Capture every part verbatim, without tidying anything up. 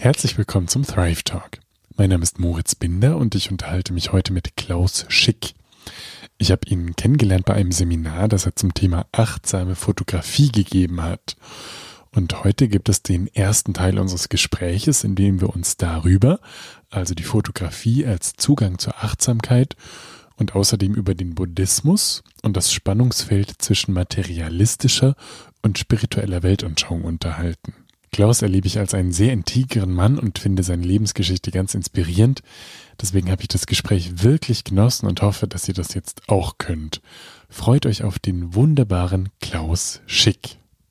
Herzlich willkommen zum Thrive Talk. Mein Name ist Moritz Binder und ich unterhalte mich heute mit Klaus Schick. Ich habe ihn kennengelernt bei einem Seminar, das er zum Thema achtsame Fotografie gegeben hat. Und heute gibt es den ersten Teil unseres Gespräches, in dem wir uns darüber, also die Fotografie als Zugang zur Achtsamkeit und außerdem über den Buddhismus und das Spannungsfeld zwischen materialistischer und spiritueller Weltanschauung unterhalten. Klaus erlebe ich als einen sehr integren Mann und finde seine Lebensgeschichte ganz inspirierend. Deswegen habe ich das Gespräch wirklich genossen und hoffe, dass ihr das jetzt auch könnt. Freut euch auf den wunderbaren Klaus Schick.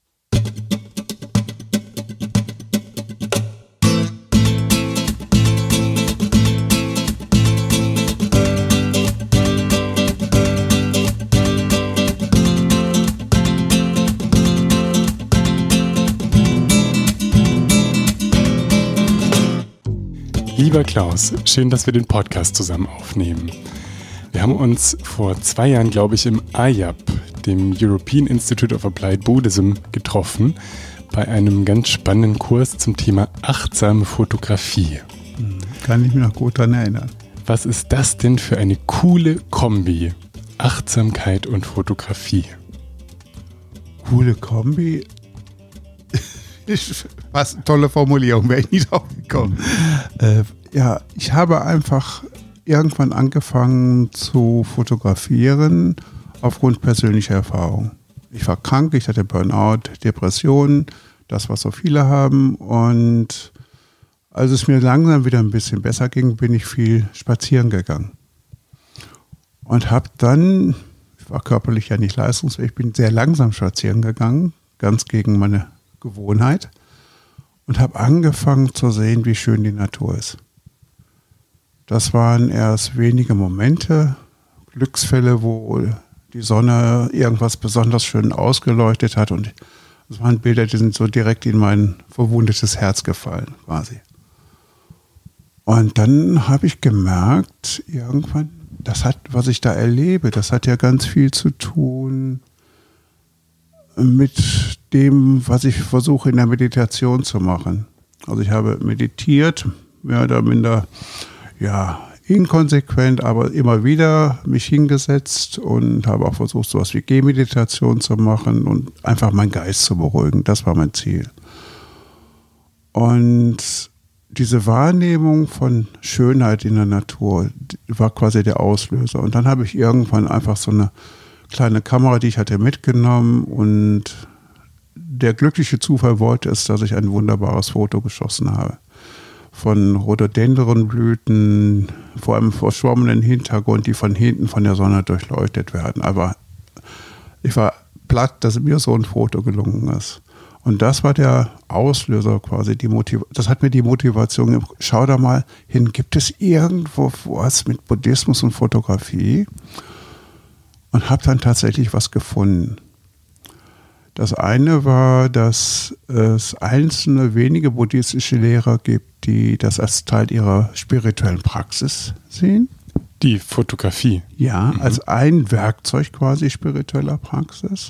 Lieber Klaus, schön, dass wir den Podcast zusammen aufnehmen. Wir haben uns vor zwei Jahren, glaube ich, im A Y A P, dem European Institute of Applied Buddhism, getroffen, bei einem ganz spannenden Kurs zum Thema achtsame Fotografie. Kann ich mich noch gut daran erinnern. Was ist das denn für eine coole Kombi? Achtsamkeit und Fotografie. Coole Kombi? Was eine tolle Formulierung, wäre ich nie drauf gekommen. Äh, ja, ich habe einfach irgendwann angefangen zu fotografieren aufgrund persönlicher Erfahrung. Ich war krank, ich hatte Burnout, Depressionen, das, was so viele haben. Und als es mir langsam wieder ein bisschen besser ging, bin ich viel spazieren gegangen. Und habe dann, ich war körperlich ja nicht leistungsfähig, ich bin sehr langsam spazieren gegangen, ganz gegen meine Gewohnheit, und habe angefangen zu sehen, wie schön die Natur ist. Das waren erst wenige Momente, Glücksfälle, wo die Sonne irgendwas besonders schön ausgeleuchtet hat, und das waren Bilder, die sind so direkt in mein verwundetes Herz gefallen, quasi. Und dann habe ich gemerkt, irgendwann, das hat, was ich da erlebe, das hat ja ganz viel zu tun mit dem, was ich versuche in der Meditation zu machen. Also ich habe meditiert, mehr oder minder, ja, inkonsequent, aber immer wieder mich hingesetzt und habe auch versucht, sowas wie Gehmeditation zu machen und einfach meinen Geist zu beruhigen. Das war mein Ziel. Und diese Wahrnehmung von Schönheit in der Natur war quasi der Auslöser. Und dann habe ich irgendwann einfach so eine kleine Kamera, die ich hatte, mitgenommen, und der glückliche Zufall wollte es, dass ich ein wunderbares Foto geschossen habe. Von Rhododendronblüten, vor einem verschwommenen Hintergrund, die von hinten von der Sonne durchleuchtet werden. Aber ich war platt, dass mir so ein Foto gelungen ist. Und das war der Auslöser quasi, die Motiv- das hat mir die Motivation gegeben. Schau da mal hin, gibt es irgendwo was mit Buddhismus und Fotografie? Und habe dann tatsächlich was gefunden. Das eine war, dass es einzelne wenige buddhistische Lehrer gibt, die das als Teil ihrer spirituellen Praxis sehen. Die Fotografie. Ja, mhm. als ein Werkzeug quasi spiritueller Praxis.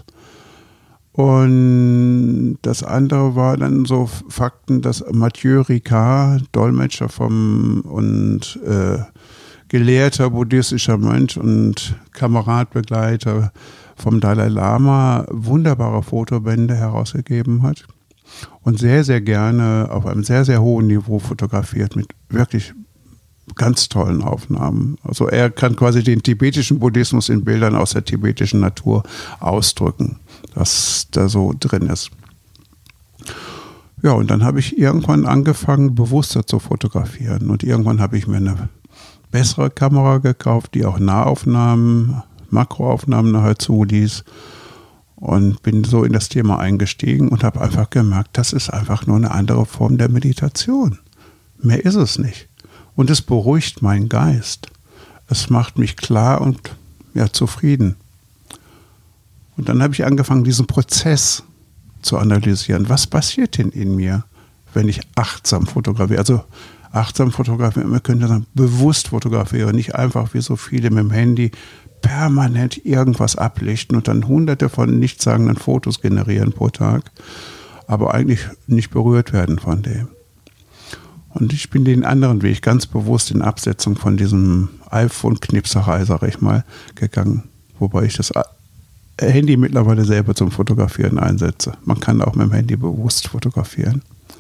Und das andere war dann so Fakten, dass Mathieu Ricard, Dolmetscher vom und äh, gelehrter buddhistischer Mönch und Kameradbegleiter vom Dalai Lama, wunderbare Fotobände herausgegeben hat und sehr, sehr gerne auf einem sehr, sehr hohen Niveau fotografiert mit wirklich ganz tollen Aufnahmen. Also er kann quasi den tibetischen Buddhismus in Bildern aus der tibetischen Natur ausdrücken, was da so drin ist. Ja, und dann habe ich irgendwann angefangen, bewusster zu fotografieren, und irgendwann habe ich mir eine bessere Kamera gekauft, die auch Nahaufnahmen, Makroaufnahmen nachher zuließ, und bin so in das Thema eingestiegen und habe einfach gemerkt, das ist einfach nur eine andere Form der Meditation. Mehr ist es nicht. Und es beruhigt meinen Geist. Es macht mich klar und ja, zufrieden. Und dann habe ich angefangen, diesen Prozess zu analysieren. Was passiert denn in mir, wenn ich achtsam fotografiere? Also achtsam fotografieren, man könnte sagen, bewusst fotografieren, nicht einfach wie so viele mit dem Handy permanent irgendwas ablichten und dann hunderte von nichtssagenden Fotos generieren pro Tag, aber eigentlich nicht berührt werden von dem. Und ich bin den anderen Weg ganz bewusst in Absetzung von diesem iPhone-Knipserei, sag ich mal, gegangen. Wobei ich das Handy mittlerweile selber zum Fotografieren einsetze. Man kann auch mit dem Handy bewusst fotografieren.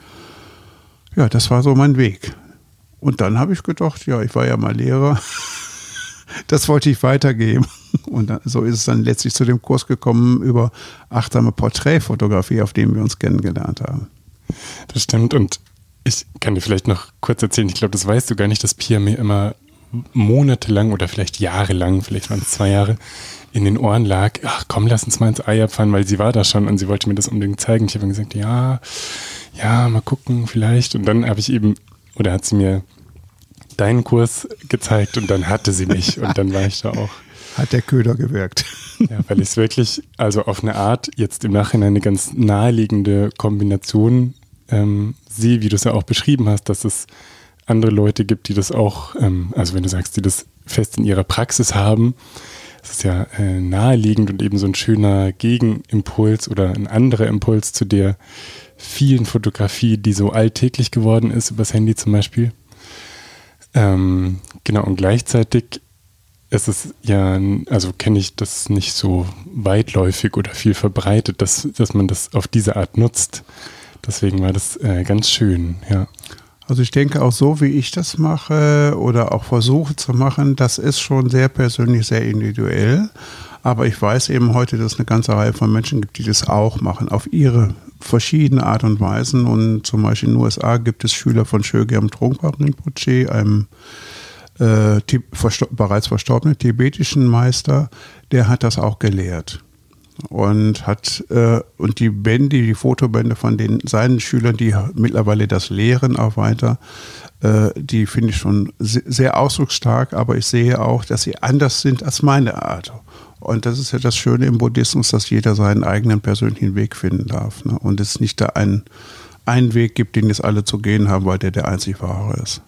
Ja, das war so mein Weg. Und dann habe ich gedacht, ja, ich war ja mal Lehrer. Das wollte ich weitergeben. Und dann, so ist es dann letztlich zu dem Kurs gekommen über achtsame Porträtfotografie, auf dem wir uns kennengelernt haben. Das stimmt. Und ich kann dir vielleicht noch kurz erzählen, ich glaube, das weißt du gar nicht, dass Pia mir immer monatelang oder vielleicht jahrelang, vielleicht waren es zwei Jahre, in den Ohren lag, ach komm, lass uns mal ins Ei abfahren, weil sie war da schon und sie wollte mir das unbedingt zeigen. Ich habe gesagt, ja, ja, mal gucken vielleicht. Und dann habe ich eben, oder hat sie mir deinen Kurs gezeigt und dann hatte sie mich und dann war ich da auch. Hat der Köder gewirkt. Ja, weil ich es wirklich, also auf eine Art, jetzt im Nachhinein eine ganz naheliegende Kombination ähm, sehe, wie du es ja auch beschrieben hast, dass es andere Leute gibt, die das auch, ähm, also wenn du sagst, die das fest in ihrer Praxis haben, das ist ja äh, naheliegend und eben so ein schöner Gegenimpuls oder ein anderer Impuls zu der vielen Fotografie, die so alltäglich geworden ist, übers Handy zum Beispiel. Ähm, genau, und gleichzeitig ist es ja, also kenne ich das nicht so weitläufig oder viel verbreitet, dass, dass man das auf diese Art nutzt. Deswegen war das äh, ganz schön, ja. Also ich denke auch so, wie ich das mache oder auch versuche zu machen, das ist schon sehr persönlich, sehr individuell. Aber ich weiß eben heute, dass es eine ganze Reihe von Menschen gibt, die das auch machen, auf ihre verschiedene Art und Weisen. Und zum Beispiel in den U S A gibt es Schüler von Chogyam Trungpa Rinpoche, einem äh, versto- bereits verstorbenen tibetischen Meister, der hat das auch gelehrt. Und hat äh, und die Bände, die Fotobände von den seinen Schülern, die mittlerweile das lehren auch weiter, äh, die finde ich schon se- sehr ausdrucksstark, aber ich sehe auch, dass sie anders sind als meine Art. Und das ist ja das Schöne im Buddhismus, dass jeder seinen eigenen persönlichen Weg finden darf, ne? Und es nicht da einen, einen Weg gibt, den jetzt alle zu gehen haben, weil der der einzig wahre ist.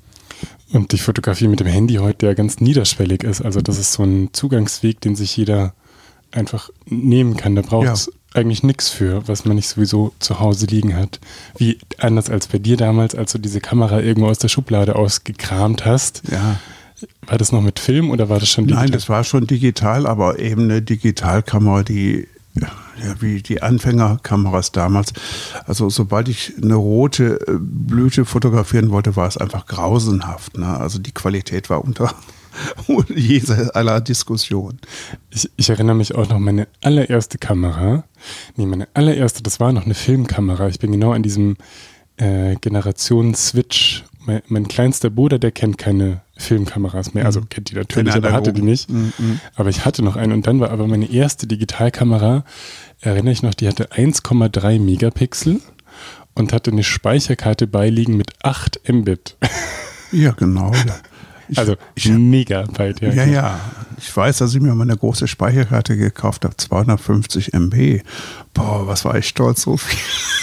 Und die Fotografie mit dem Handy heute ja ganz niederschwellig ist, also das ist so ein Zugangsweg, den sich jeder einfach nehmen kann. Da braucht es ja eigentlich nichts für, was man nicht sowieso zu Hause liegen hat. Wie anders als bei dir damals, als du diese Kamera irgendwo aus der Schublade ausgekramt hast. Ja. War das noch mit Film oder war das schon digital? Nein, das war schon digital, aber eben eine Digitalkamera, die ja, wie die Anfängerkameras damals. Also sobald ich eine rote Blüte fotografieren wollte, war es einfach grausenhaft, ne? Also die Qualität war unter jeder aller Diskussion. Ich, ich erinnere mich auch noch, meine allererste Kamera, nee, meine allererste, das war noch eine Filmkamera. Ich bin genau an diesem äh, Generationen-Switch. Mein, mein kleinster Bruder, der kennt keine Filmkameras mehr, also kennt die natürlich, aber hatte die nicht. Mhm. Aber ich hatte noch eine und dann war aber meine erste Digitalkamera, erinnere ich noch, die hatte eins Komma drei Megapixel und hatte eine Speicherkarte beiliegen mit acht Mbit. Ja, genau. Ja. Ich, also ich, Megabyte, ja. Ja, ja. Ich weiß, dass ich mir mal eine große Speicherkarte gekauft habe, zweihundertfünfzig Megabyte. Boah, was war ich stolz, so viel.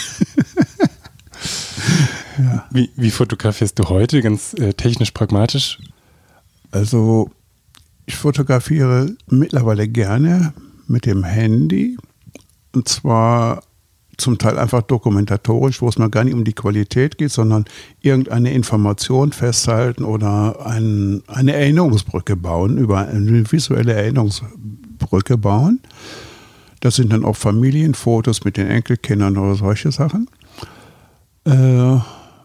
Ja. Wie, wie fotografierst du heute, ganz äh, technisch pragmatisch? Also ich fotografiere mittlerweile gerne mit dem Handy und zwar zum Teil einfach dokumentatorisch, wo es mal gar nicht um die Qualität geht, sondern irgendeine Information festhalten oder ein, eine Erinnerungsbrücke bauen, über eine visuelle Erinnerungsbrücke bauen. Das sind dann auch Familienfotos mit den Enkelkindern oder solche Sachen. Äh,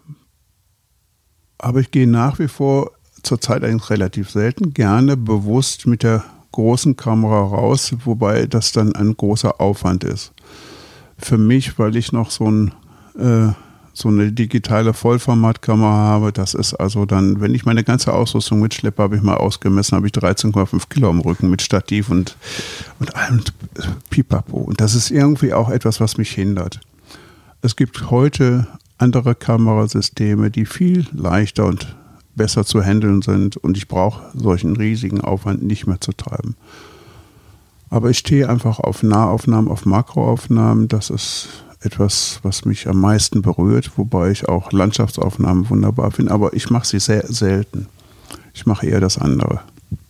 aber ich gehe nach wie vor, zurzeit eigentlich relativ selten, gerne bewusst mit der großen Kamera raus, wobei das dann ein großer Aufwand ist. Für mich, weil ich noch so, ein, äh, so eine digitale Vollformatkamera habe, das ist also dann, wenn ich meine ganze Ausrüstung mitschleppe, habe ich mal ausgemessen, habe ich dreizehn Komma fünf Kilo am Rücken mit Stativ und, und allem Pipapo. Und das ist irgendwie auch etwas, was mich hindert. Es gibt heute andere Kamerasysteme, die viel leichter und besser zu handeln sind und ich brauche solchen riesigen Aufwand nicht mehr zu treiben. Aber ich stehe einfach auf Nahaufnahmen, auf Makroaufnahmen. Das ist etwas, was mich am meisten berührt, wobei ich auch Landschaftsaufnahmen wunderbar finde. Aber ich mache sie sehr selten. Ich mache eher das andere.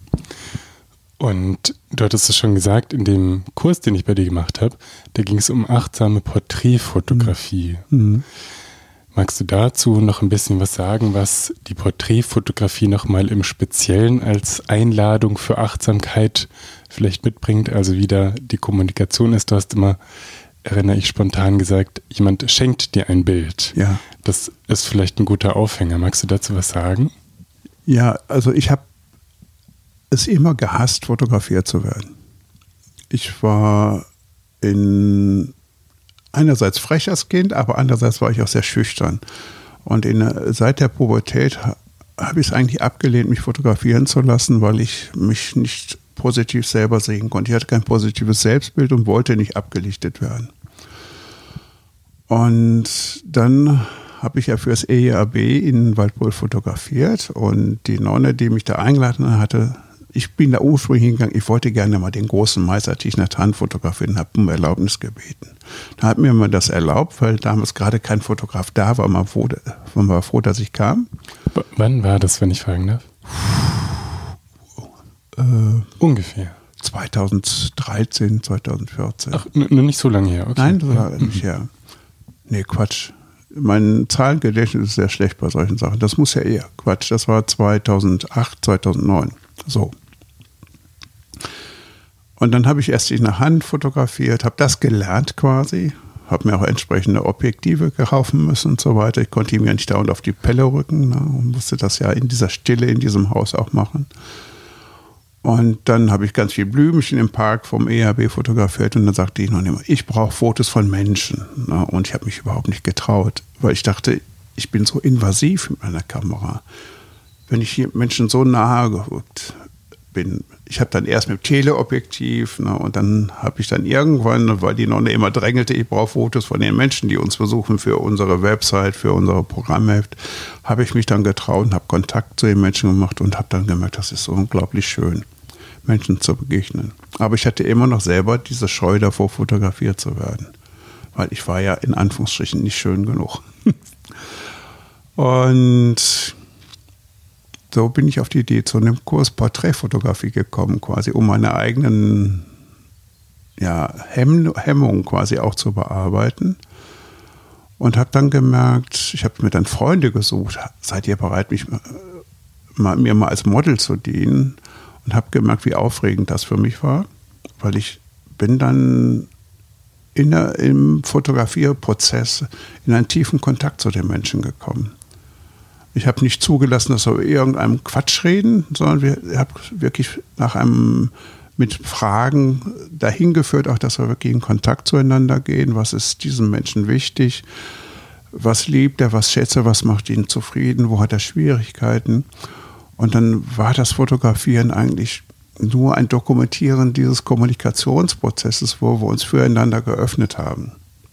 Und du hattest es schon gesagt, in dem Kurs, den ich bei dir gemacht habe, da ging es um achtsame Porträtfotografie. Mhm. Magst du dazu noch ein bisschen was sagen, was die Porträtfotografie nochmal im Speziellen als Einladung für Achtsamkeit vielleicht mitbringt? Also wie da die Kommunikation ist. Du hast immer, erinnere ich spontan gesagt, jemand schenkt dir ein Bild. Ja. Das ist vielleicht ein guter Aufhänger. Magst du dazu was sagen? Ja, also ich habe es immer gehasst, fotografiert zu werden. Ich war in einerseits frech als Kind, aber andererseits war ich auch sehr schüchtern. Und in, seit der Pubertät habe ich es eigentlich abgelehnt, mich fotografieren zu lassen, weil ich mich nicht positiv selber sehen konnte. Ich hatte kein positives Selbstbild und wollte nicht abgelichtet werden. Und dann habe ich ja fürs E I A B in Waldbröl fotografiert und die Nonne, die mich da eingeladen hatte, ich bin da ursprünglich hingegangen, ich wollte gerne mal den großen Meister Thich Nhat Hanh fotografieren, habe um Erlaubnis gebeten. Da hat mir mal das erlaubt, weil damals gerade kein Fotograf da war, man froh, man war froh, dass ich kam. W- wann war das, wenn ich fragen darf? Äh, Ungefähr. zweitausenddreizehn, zweitausendvierzehn. Ach, n- nur nicht so lange her. Okay. Nein, das war nicht her. Nee, Quatsch. Mein Zahlengedächtnis ist sehr schlecht bei solchen Sachen. Das muss ja eher Quatsch. Das war zweitausendacht, zweitausendneun. So. Und dann habe ich erst in der Hand fotografiert, habe das gelernt quasi, habe mir auch entsprechende Objektive kaufen müssen und so weiter. Ich konnte ihm ja nicht dauernd auf die Pelle rücken, ne, und musste das ja in dieser Stille in diesem Haus auch machen. Und dann habe ich ganz viel Blümchen im Park vom E I A B fotografiert und dann sagte ich noch immer, ich brauche Fotos von Menschen. Ne, und ich habe mich überhaupt nicht getraut, weil ich dachte, ich bin so invasiv mit meiner Kamera. Wenn ich hier Menschen so nahe gerückt bin, ich habe dann erst mit Teleobjektiv, ne, und dann habe ich dann irgendwann, weil die Nonne immer drängelte, ich brauche Fotos von den Menschen, die uns besuchen für unsere Website, für unser Programmheft, habe ich mich dann getraut und habe Kontakt zu den Menschen gemacht und habe dann gemerkt, das ist so unglaublich schön, Menschen zu begegnen. Aber ich hatte immer noch selber diese Scheu davor, fotografiert zu werden, weil ich war ja in Anführungsstrichen nicht schön genug. Und so bin ich auf die Idee zu einem Kurs Porträtfotografie gekommen, quasi um meine eigenen ja, Hemm- Hemmungen quasi auch zu bearbeiten. Und habe dann gemerkt, ich habe mir dann Freunde gesucht, seid ihr bereit, mich mal, mir mal als Model zu dienen? Und habe gemerkt, wie aufregend das für mich war, weil ich bin dann in der, im Fotografierprozess in einen tiefen Kontakt zu den Menschen gekommen. Ich habe nicht zugelassen, dass wir über irgendeinem Quatsch reden, sondern wir haben wirklich nach einem, mit Fragen dahin geführt, auch dass wir wirklich in Kontakt zueinander gehen. Was ist diesem Menschen wichtig? Was liebt er? Was schätzt er? Was macht ihn zufrieden? Wo hat er Schwierigkeiten? Und dann war das Fotografieren eigentlich nur ein Dokumentieren dieses Kommunikationsprozesses, wo wir uns füreinander geöffnet haben.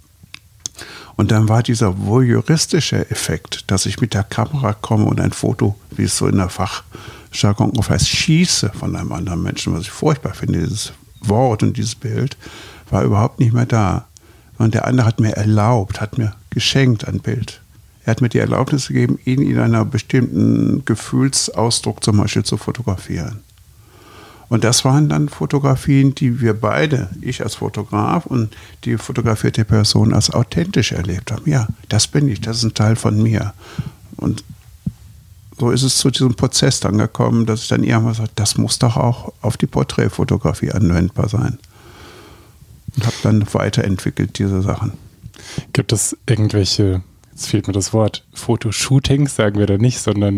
Und dann war dieser voyeuristische Effekt, dass ich mit der Kamera komme und ein Foto, wie es so in der Fachjargon oft heißt, schieße von einem anderen Menschen, was ich furchtbar finde, dieses Wort und dieses Bild, war überhaupt nicht mehr da. Und der andere hat mir erlaubt, hat mir geschenkt ein Bild. Er hat mir die Erlaubnis gegeben, ihn in einer bestimmten Gefühlsausdruck zum Beispiel zu fotografieren. Und das waren dann Fotografien, die wir beide, ich als Fotograf und die fotografierte Person, als authentisch erlebt haben. Ja, das bin ich, das ist ein Teil von mir. Und so ist es zu diesem Prozess dann gekommen, dass ich dann irgendwann sagte, das muss doch auch auf die Porträtfotografie anwendbar sein. Und habe dann weiterentwickelt, diese Sachen. Gibt es irgendwelche, jetzt fehlt mir das Wort, Fotoshootings, sagen wir da nicht, sondern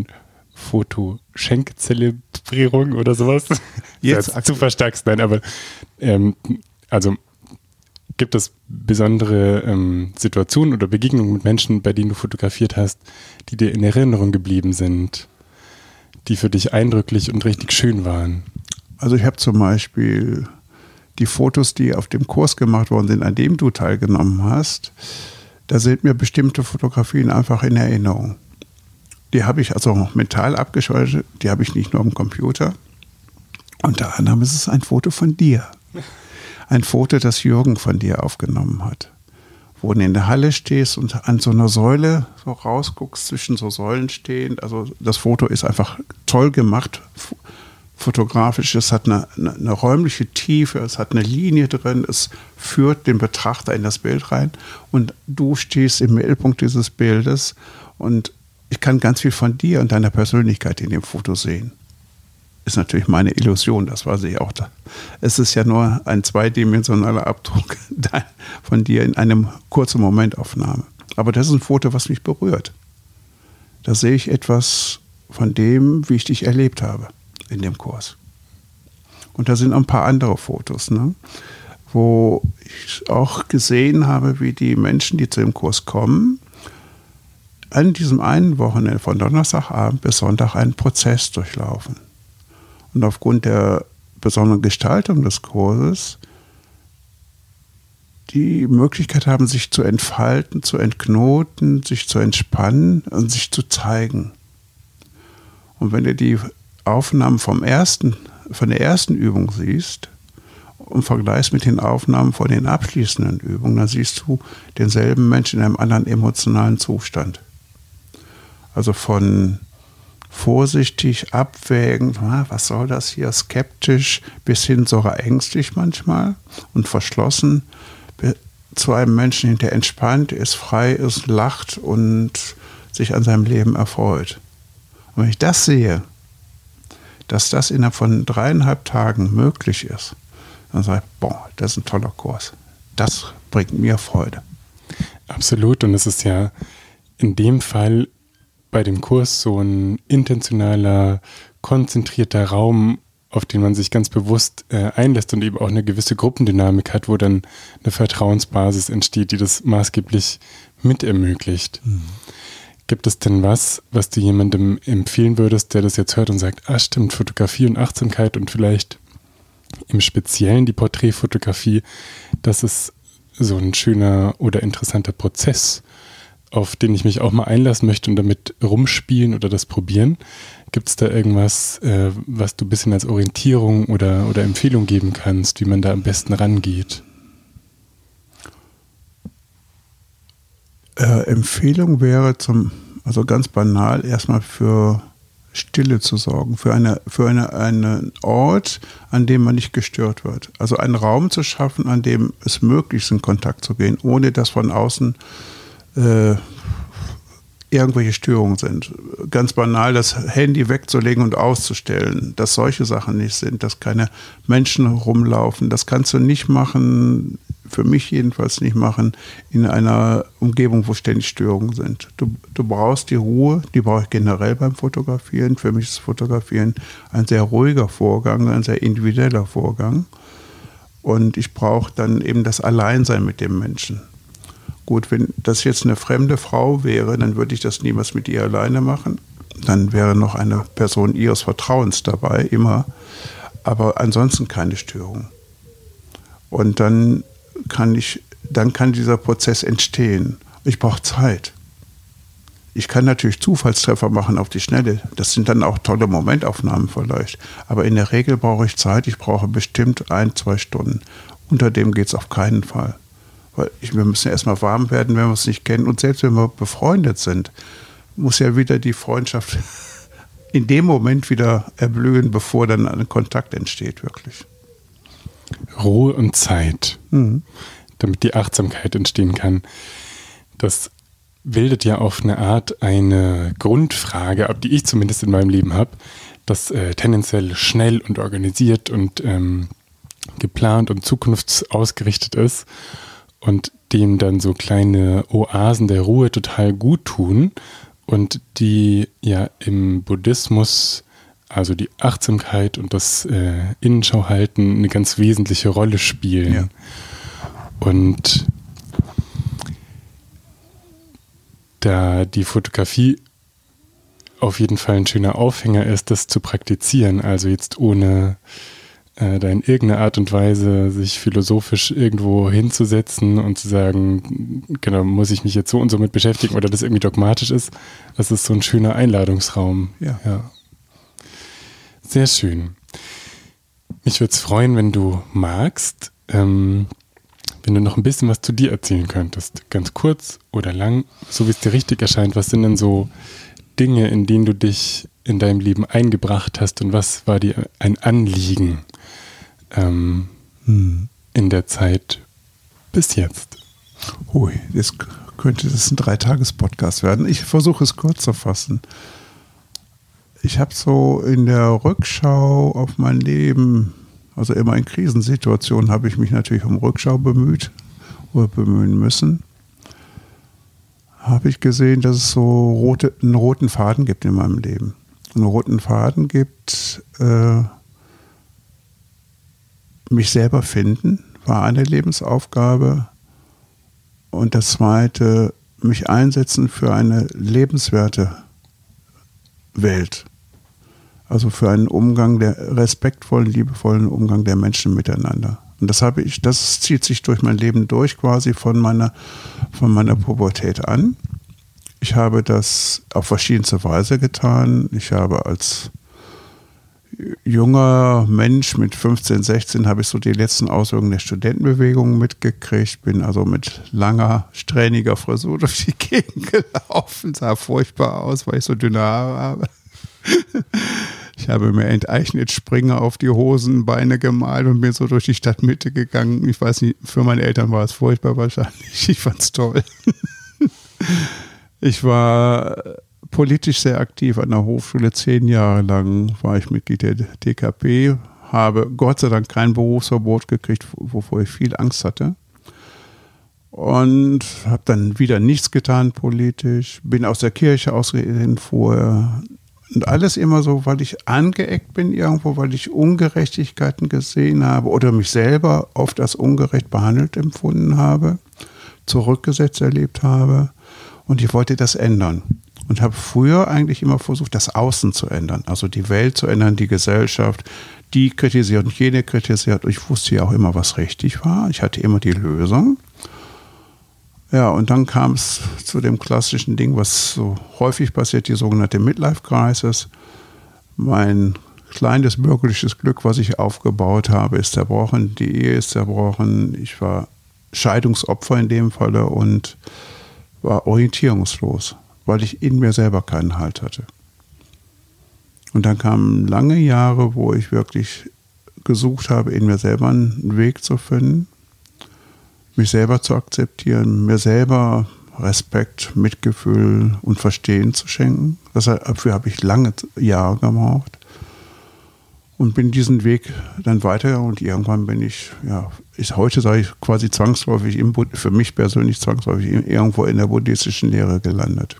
Fotoschenkzelebrierung oder sowas? Jetzt zu verstärkst, nein, aber ähm, also gibt es besondere ähm, Situationen oder Begegnungen mit Menschen, bei denen du fotografiert hast, die dir in Erinnerung geblieben sind, die für dich eindrücklich und richtig schön waren? Also ich habe zum Beispiel die Fotos, die auf dem Kurs gemacht worden sind, an dem du teilgenommen hast, da sind mir bestimmte Fotografien einfach in Erinnerung. Die habe ich also mental abgespeichert, die habe ich nicht nur am Computer. Unter anderem ist es ein Foto von dir. Ein Foto, das Jürgen von dir aufgenommen hat. Wo du in der Halle stehst und an so einer Säule so rausguckst, zwischen so Säulen stehend. Also das Foto ist einfach toll gemacht fotografisch, es hat eine, eine, eine räumliche Tiefe, es hat eine Linie drin, es führt den Betrachter in das Bild rein und du stehst im Mittelpunkt dieses Bildes und ich kann ganz viel von dir und deiner Persönlichkeit in dem Foto sehen. Ist natürlich meine Illusion, das weiß ich auch. Es ist ja nur ein zweidimensionaler Abdruck von dir in einem kurzen Momentaufnahme. Aber das ist ein Foto, was mich berührt. Da sehe ich etwas von dem, wie ich dich erlebt habe in dem Kurs. Und da sind auch ein paar andere Fotos, ne? Wo ich auch gesehen habe, wie die Menschen, die zu dem Kurs kommen, an diesem einen Wochenende von Donnerstagabend bis Sonntag einen Prozess durchlaufen. Und aufgrund der besonderen Gestaltung des Kurses die Möglichkeit haben, sich zu entfalten, zu entknoten, sich zu entspannen und sich zu zeigen. Und wenn du die Aufnahmen vom ersten, von der ersten Übung siehst und vergleichst mit den Aufnahmen von den abschließenden Übungen, dann siehst du denselben Menschen in einem anderen emotionalen Zustand. Also von vorsichtig, abwägend, was soll das hier, skeptisch, bis hin sogar ängstlich manchmal und verschlossen, zu einem Menschen, der entspannt ist, frei ist, lacht und sich an seinem Leben erfreut. Und wenn ich das sehe, dass das innerhalb von dreieinhalb Tagen möglich ist, dann sage ich, boah, das ist ein toller Kurs. Das bringt mir Freude. Absolut, und es ist ja in dem Fall bei dem Kurs so ein intentionaler, konzentrierter Raum, auf den man sich ganz bewusst äh, einlässt und eben auch eine gewisse Gruppendynamik hat, wo dann eine Vertrauensbasis entsteht, die das maßgeblich mit ermöglicht. Mhm. Gibt es denn was, was du jemandem empfehlen würdest, der das jetzt hört und sagt, ah stimmt, Fotografie und Achtsamkeit und vielleicht im Speziellen die Porträtfotografie, das ist so ein schöner oder interessanter Prozess, auf den ich mich auch mal einlassen möchte und damit rumspielen oder das probieren. Gibt es da irgendwas, äh, was du ein bisschen als Orientierung oder, oder Empfehlung geben kannst, wie man da am besten rangeht? Äh, Empfehlung wäre zum, also ganz banal, erstmal für Stille zu sorgen, für eine, für eine, einen Ort, an dem man nicht gestört wird. Also einen Raum zu schaffen, an dem es möglich ist, in Kontakt zu gehen, ohne dass von außen äh, irgendwelche Störungen sind. Ganz banal, das Handy wegzulegen und auszustellen, dass solche Sachen nicht sind, dass keine Menschen rumlaufen. Das kannst du nicht machen, für mich jedenfalls nicht machen, in einer Umgebung, wo ständig Störungen sind. Du, du brauchst die Ruhe, die brauche ich generell beim Fotografieren. Für mich ist Fotografieren ein sehr ruhiger Vorgang, ein sehr individueller Vorgang. Und ich brauche dann eben das Alleinsein mit dem Menschen. Gut, wenn das jetzt eine fremde Frau wäre, dann würde ich das niemals mit ihr alleine machen. Dann wäre noch eine Person ihres Vertrauens dabei, immer. Aber ansonsten keine Störung. Und dann kann ich, dann kann dieser Prozess entstehen. Ich brauche Zeit. Ich kann natürlich Zufallstreffer machen auf die Schnelle. Das sind dann auch tolle Momentaufnahmen vielleicht. Aber in der Regel brauche ich Zeit. Ich brauche bestimmt ein, zwei Stunden. Unter dem geht es auf keinen Fall. Weil ich, wir müssen ja erstmal warm werden, wenn wir uns nicht kennen. Und selbst wenn wir befreundet sind, muss ja wieder die Freundschaft in dem Moment wieder erblühen, bevor dann ein Kontakt entsteht, wirklich. Ruhe und Zeit, mhm. damit die Achtsamkeit entstehen kann. Das bildet ja auf eine Art eine Grundfrage ab, die ich zumindest in meinem Leben habe, das äh, tendenziell schnell und organisiert und ähm, geplant und zukunftsausgerichtet ist und dem dann so kleine Oasen der Ruhe total gut tun und die ja im Buddhismus, also die Achtsamkeit und das äh, Innenschauhalten, eine ganz wesentliche Rolle spielen. Ja. Und da die Fotografie auf jeden Fall ein schöner Aufhänger ist, das zu praktizieren, also jetzt ohne äh, da in irgendeiner Art und Weise sich philosophisch irgendwo hinzusetzen und zu sagen, genau, muss ich mich jetzt so und so mit beschäftigen oder das irgendwie dogmatisch ist, das ist so ein schöner Einladungsraum. Ja. ja. Sehr schön. Mich würde es freuen, wenn du magst, ähm, wenn du noch ein bisschen was zu dir erzählen könntest. Ganz kurz oder lang, so wie es dir richtig erscheint. Was sind denn so Dinge, in denen du dich in deinem Leben eingebracht hast und was war dir ein Anliegen ähm, hm. in der Zeit bis jetzt? Hui, jetzt könnte das ein Dreitages-Podcast werden. Ich versuche es kurz zu fassen. Ich habe so in der Rückschau auf mein Leben, also immer in Krisensituationen, habe ich mich natürlich um Rückschau bemüht oder bemühen müssen. Habe ich gesehen, dass es so rote, einen roten Faden gibt in meinem Leben. Einen roten Faden gibt, äh, mich selber finden, war eine Lebensaufgabe. Und das zweite, mich einsetzen für eine lebenswerte Welt. Also für einen Umgang, der respektvollen, liebevollen Umgang der Menschen miteinander. Und das habe ich, das zieht sich durch mein Leben durch, quasi von meiner, von meiner Pubertät an. Ich habe das auf verschiedenste Weise getan. Ich habe als junger Mensch mit fünfzehn, sechzehn habe ich so die letzten Auswirkungen der Studentenbewegung mitgekriegt. Bin also mit langer, strähniger Frisur durch die Gegend gelaufen. Sah furchtbar aus, weil ich so dünne Haare habe. Ich habe mir enteignet Springer auf die Hosenbeine gemalt und bin so durch die Stadtmitte gegangen. Ich weiß nicht, für meine Eltern war es furchtbar wahrscheinlich. Ich fand es toll. Ich war politisch sehr aktiv an der Hochschule. Zehn Jahre lang war ich Mitglied der D K P, habe Gott sei Dank kein Berufsverbot gekriegt, wovor ich viel Angst hatte. Und habe dann wieder nichts getan politisch, bin aus der Kirche ausgetreten vorher. Und alles immer so, weil ich angeeckt bin irgendwo, weil ich Ungerechtigkeiten gesehen habe oder mich selber oft als ungerecht behandelt empfunden habe, zurückgesetzt erlebt habe. Und ich wollte das ändern. Und habe früher eigentlich immer versucht, das Außen zu ändern. Also die Welt zu ändern, die Gesellschaft, die kritisiert und jene kritisiert. Und ich wusste ja auch immer, was richtig war. Ich hatte immer die Lösung. Ja, und dann kam es zu dem klassischen Ding, was so häufig passiert, die sogenannte Midlife-Crisis. Mein kleines bürgerliches Glück, was ich aufgebaut habe, ist zerbrochen. Die Ehe ist zerbrochen. Ich war Scheidungsopfer in dem Falle und war orientierungslos, weil ich in mir selber keinen Halt hatte. Und dann kamen lange Jahre, wo ich wirklich gesucht habe, in mir selber einen Weg zu finden, mich selber zu akzeptieren, mir selber Respekt, Mitgefühl und Verstehen zu schenken. Dafür habe ich lange Jahre gebraucht und bin diesen Weg dann weiter und irgendwann bin ich, ja, ist heute sage ich quasi zwangsläufig, im, für mich persönlich zwangsläufig irgendwo in der buddhistischen Lehre gelandet.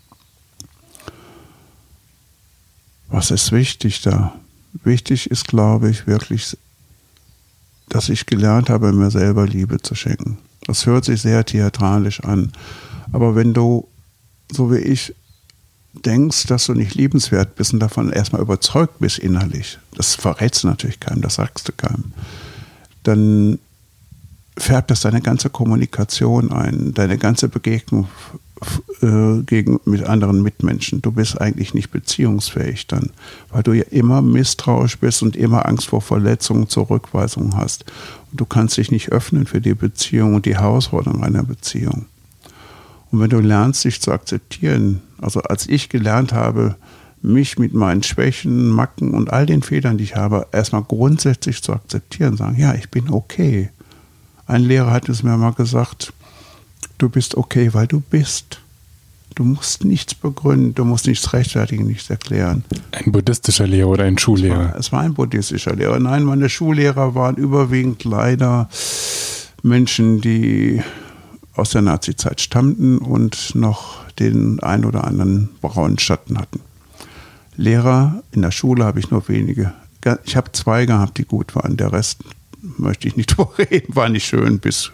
Was ist wichtig da? Wichtig ist, glaube ich, wirklich, dass ich gelernt habe, mir selber Liebe zu schenken. Das hört sich sehr theatralisch an. Aber wenn du, so wie ich, denkst, dass du nicht liebenswert bist und davon erstmal überzeugt bist innerlich, das verrätst du natürlich keinem, das sagst du keinem, dann färbt das deine ganze Kommunikation ein, deine ganze Begegnung äh, gegen, mit anderen Mitmenschen. Du bist eigentlich nicht beziehungsfähig dann, weil du ja immer misstrauisch bist und immer Angst vor Verletzungen, Zurückweisungen hast. Und du kannst dich nicht öffnen für die Beziehung und die Herausforderung einer Beziehung. Und wenn du lernst, dich zu akzeptieren, also als ich gelernt habe, mich mit meinen Schwächen, Macken und all den Fehlern, die ich habe, erstmal grundsätzlich zu akzeptieren, sagen, ja, ich bin okay. Ein Lehrer hat es mir mal gesagt, du bist okay, weil du bist. Du musst nichts begründen, du musst nichts rechtfertigen, nichts erklären. Ein buddhistischer Lehrer oder ein Schullehrer? Es war, es war ein buddhistischer Lehrer. Nein, meine Schullehrer waren überwiegend leider Menschen, die aus der Nazizeit stammten und noch den ein oder anderen braunen Schatten hatten. Lehrer in der Schule habe ich nur wenige. Ich habe zwei gehabt, die gut waren. Der Rest möchte ich nicht drüber reden, war nicht schön bis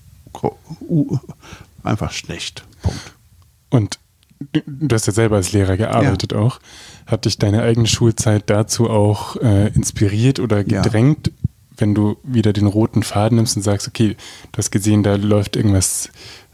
uh, einfach schlecht. Punkt. Und du hast ja selber als Lehrer gearbeitet ja. auch. Hat dich deine eigene Schulzeit dazu auch äh, inspiriert oder gedrängt, ja. wenn du wieder den roten Faden nimmst und sagst, okay, du hast gesehen, da läuft irgendwas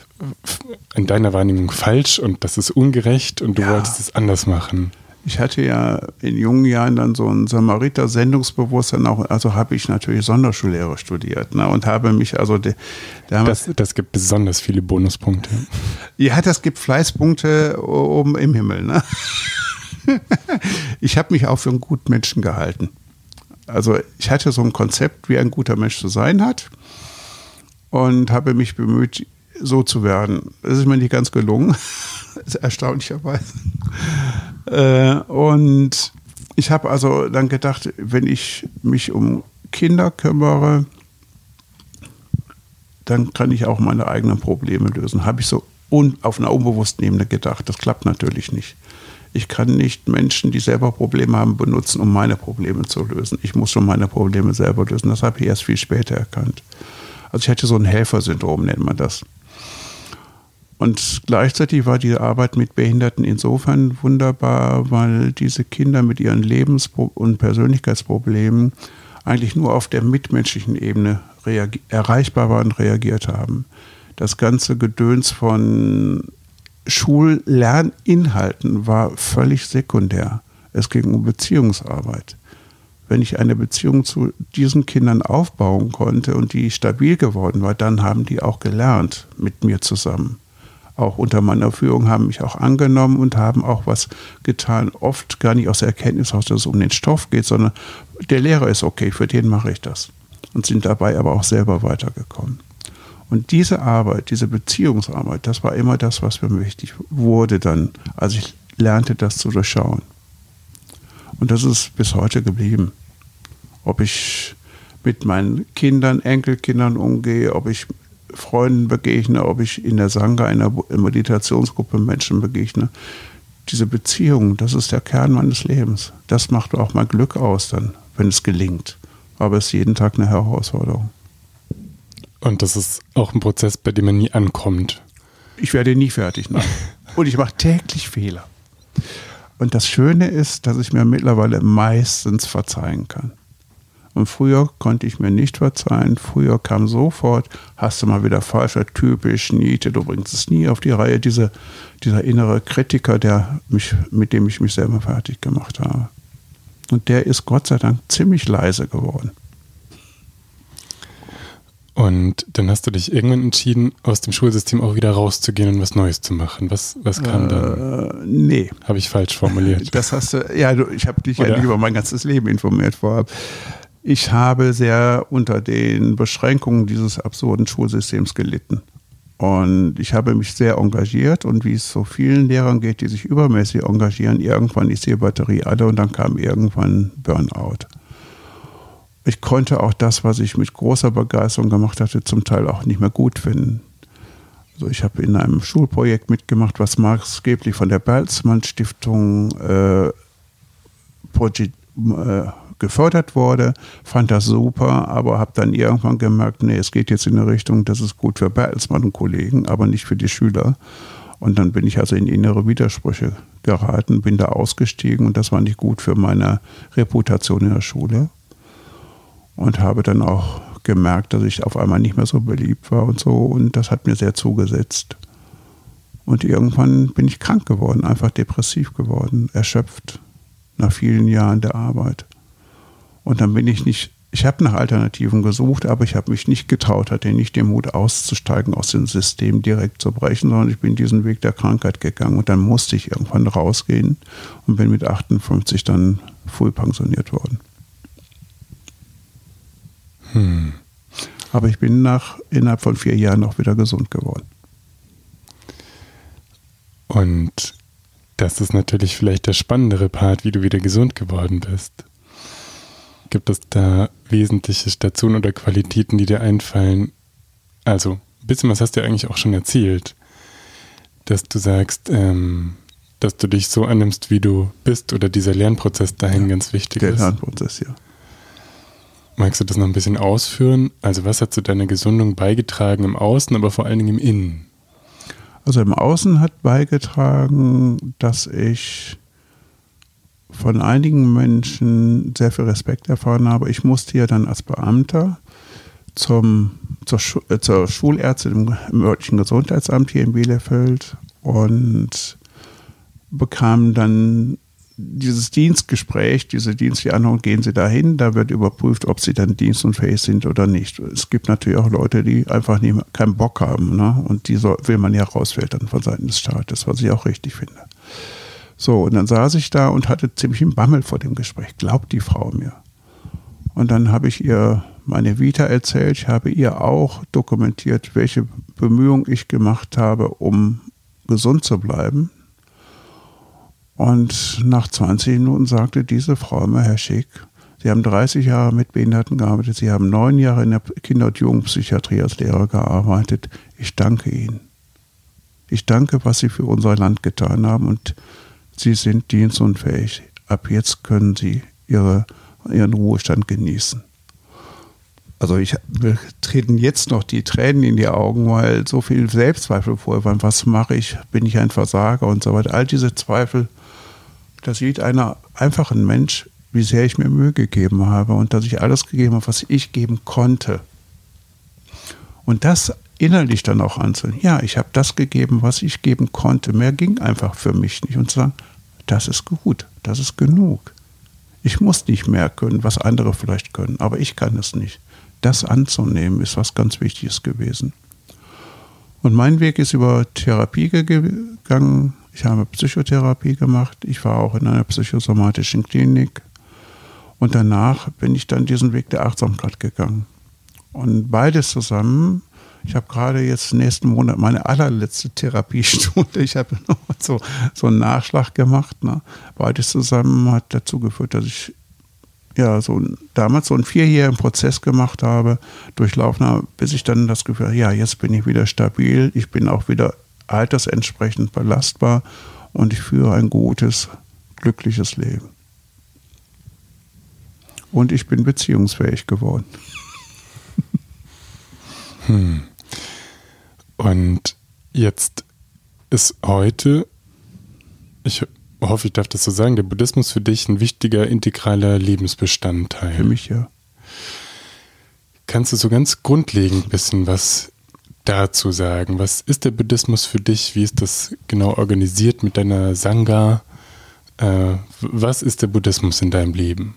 in deiner Wahrnehmung falsch und das ist ungerecht und du ja. wolltest es anders machen. Ich hatte ja in jungen Jahren dann so ein Samariter-Sendungsbewusstsein auch, also habe ich natürlich Sonderschullehrer studiert, ne, und habe mich also de, das, das gibt besonders viele Bonuspunkte. Ja, das gibt Fleißpunkte oben im Himmel, ne? Ich habe mich auch für einen guten Menschen gehalten. Also ich hatte so ein Konzept, wie ein guter Mensch zu sein hat und habe mich bemüht, so zu werden. Das ist mir nicht ganz gelungen, erstaunlicherweise. Äh, und ich habe also dann gedacht, wenn ich mich um Kinder kümmere, dann kann ich auch meine eigenen Probleme lösen. Habe ich so un- auf einer unbewussten Ebene gedacht. Das klappt natürlich nicht. Ich kann nicht Menschen, die selber Probleme haben, benutzen, um meine Probleme zu lösen. Ich muss schon meine Probleme selber lösen. Das habe ich erst viel später erkannt. Also ich hatte so ein Helfersyndrom, nennt man das. Und gleichzeitig war die Arbeit mit Behinderten insofern wunderbar, weil diese Kinder mit ihren Lebens- und Persönlichkeitsproblemen eigentlich nur auf der mitmenschlichen Ebene reagi- erreichbar waren und reagiert haben. Das ganze Gedöns von Schullerninhalten war völlig sekundär. Es ging um Beziehungsarbeit. Wenn ich eine Beziehung zu diesen Kindern aufbauen konnte und die stabil geworden war, dann haben die auch gelernt mit mir zusammen. Auch unter meiner Führung haben mich auch angenommen und haben auch was getan. Oft gar nicht aus der Erkenntnis heraus, dass es um den Stoff geht, sondern der Lehrer ist okay, für den mache ich das. Und sind dabei aber auch selber weitergekommen. Und diese Arbeit, diese Beziehungsarbeit, das war immer das, was mir wichtig wurde dann, als ich lernte, das zu durchschauen. Und das ist bis heute geblieben. Ob ich mit meinen Kindern, Enkelkindern umgehe, ob ich Freunden begegne, ob ich in der Sangha, einer Meditationsgruppe Menschen begegne. Diese Beziehung, das ist der Kern meines Lebens. Das macht auch mein Glück aus dann, wenn es gelingt. Aber es ist jeden Tag eine Herausforderung. Und das ist auch ein Prozess, bei dem man nie ankommt. Ich werde nie fertig, nein. Und ich mache täglich Fehler. Und das Schöne ist, dass ich mir mittlerweile meistens verzeihen kann. Und früher konnte ich mir nicht verzeihen. Früher kam sofort, hast du mal wieder falscher, typisch, Nietzsche, du bringst es nie auf die Reihe. Diese, dieser innere Kritiker, der mich, mit dem ich mich selber fertig gemacht habe. Und der ist Gott sei Dank ziemlich leise geworden. Und dann hast du dich irgendwann entschieden, aus dem Schulsystem auch wieder rauszugehen und was Neues zu machen. Was, was kam äh, dann? Nee. Habe ich falsch formuliert? Das hast du, ja, du, ich habe dich Oder? ja nicht über mein ganzes Leben informiert vorab. Ich habe sehr unter den Beschränkungen dieses absurden Schulsystems gelitten. Und ich habe mich sehr engagiert und wie es so vielen Lehrern geht, die sich übermäßig engagieren, irgendwann ist die Batterie alle und dann kam irgendwann Burnout. Ich konnte auch das, was ich mit großer Begeisterung gemacht hatte, zum Teil auch nicht mehr gut finden. Also ich habe in einem Schulprojekt mitgemacht, was maßgeblich von der Bertelsmann Stiftung äh, Projekt, äh, gefördert wurde, fand das super, aber habe dann irgendwann gemerkt, nee, es geht jetzt in eine Richtung, das ist gut für Bertelsmann und Kollegen, aber nicht für die Schüler. Und dann bin ich also in innere Widersprüche geraten, bin da ausgestiegen und das war nicht gut für meine Reputation in der Schule. Und habe dann auch gemerkt, dass ich auf einmal nicht mehr so beliebt war und so. Und das hat mir sehr zugesetzt. Und irgendwann bin ich krank geworden, einfach depressiv geworden, erschöpft nach vielen Jahren der Arbeit. Und dann bin ich nicht, ich habe nach Alternativen gesucht, aber ich habe mich nicht getraut, hatte nicht den Mut auszusteigen, aus dem System direkt zu brechen, sondern ich bin diesen Weg der Krankheit gegangen. Und dann musste ich irgendwann rausgehen und bin mit achtundfünfzig dann früh pensioniert worden. Hm. Aber ich bin nach, innerhalb von vier Jahren auch wieder gesund geworden. Und das ist natürlich vielleicht der spannendere Part, wie du wieder gesund geworden bist. Gibt es da wesentliche Stationen oder Qualitäten, die dir einfallen? Also, ein bisschen was hast du ja eigentlich auch schon erzählt. Dass du sagst, ähm, dass du dich so annimmst, wie du bist, oder dieser Lernprozess dahin ja, ganz wichtig der ist. Der Lernprozess, ja. Magst du das noch ein bisschen ausführen? Also was hat zu deiner Gesundung beigetragen im Außen, aber vor allen Dingen im Innen? Also im Außen hat beigetragen, dass ich von einigen Menschen sehr viel Respekt erfahren habe. Ich musste ja dann als Beamter zum, zur, Schu- äh, zur Schulärztin im, im örtlichen Gesundheitsamt hier in Bielefeld und bekam dann dieses Dienstgespräch, diese dienstliche Anhörung, gehen Sie dahin, da wird überprüft, ob Sie dann dienstunfähig sind oder nicht. Es gibt natürlich auch Leute, die einfach nicht, keinen Bock haben, ne? Und die soll, will man ja rausfiltern von Seiten des Staates, was ich auch richtig finde. So, und dann saß ich da und hatte ziemlich einen Bammel vor dem Gespräch. Glaubt die Frau mir? Und dann habe ich ihr meine Vita erzählt. Ich habe ihr auch dokumentiert, welche Bemühungen ich gemacht habe, um gesund zu bleiben. Und nach zwanzig Minuten sagte diese Frau mir, Herr Schick, Sie haben dreißig Jahre mit Behinderten gearbeitet, Sie haben neun Jahre in der Kinder- und Jugendpsychiatrie als Lehrer gearbeitet. Ich danke Ihnen. Ich danke, was Sie für unser Land getan haben und Sie sind dienstunfähig. Ab jetzt können Sie Ihre, Ihren Ruhestand genießen. Also ich mir treten jetzt noch die Tränen in die Augen, weil so viel Selbstzweifel vorher waren. Was mache ich? Bin ich ein Versager und so weiter? All diese Zweifel, da sieht einer einfach ein Mensch, wie sehr ich mir Mühe gegeben habe und dass ich alles gegeben habe, was ich geben konnte. Und das innerlich dann auch anzunehmen. Ja, ich habe das gegeben, was ich geben konnte. Mehr ging einfach für mich nicht. Und zu sagen, das ist gut, das ist genug. Ich muss nicht mehr können, was andere vielleicht können, aber ich kann es nicht. Das anzunehmen, ist was ganz Wichtiges gewesen. Und mein Weg ist über Therapie gegangen. Ich habe Psychotherapie gemacht. Ich war auch in einer psychosomatischen Klinik. Und danach bin ich dann diesen Weg der Achtsamkeit gegangen. Und beides zusammen, ich habe gerade jetzt nächsten Monat meine allerletzte Therapiestunde, ich habe noch so, so einen Nachschlag gemacht. Ne? Beides zusammen hat dazu geführt, dass ich ja so damals so einen vierjährigen Prozess gemacht habe, durchlaufen habe, bis ich dann das Gefühl habe, ja, jetzt bin ich wieder stabil, ich bin auch wieder altersentsprechend belastbar und ich führe ein gutes, glückliches Leben. Und ich bin beziehungsfähig geworden. Hm. Und jetzt ist heute, ich hoffe, ich darf das so sagen, der Buddhismus für dich ein wichtiger, integraler Lebensbestandteil. Für mich, ja. Kannst du so ganz grundlegend ein bisschen was dazu sagen? Was ist der Buddhismus für dich? Wie ist das genau organisiert mit deiner Sangha? Äh, was ist der Buddhismus in deinem Leben?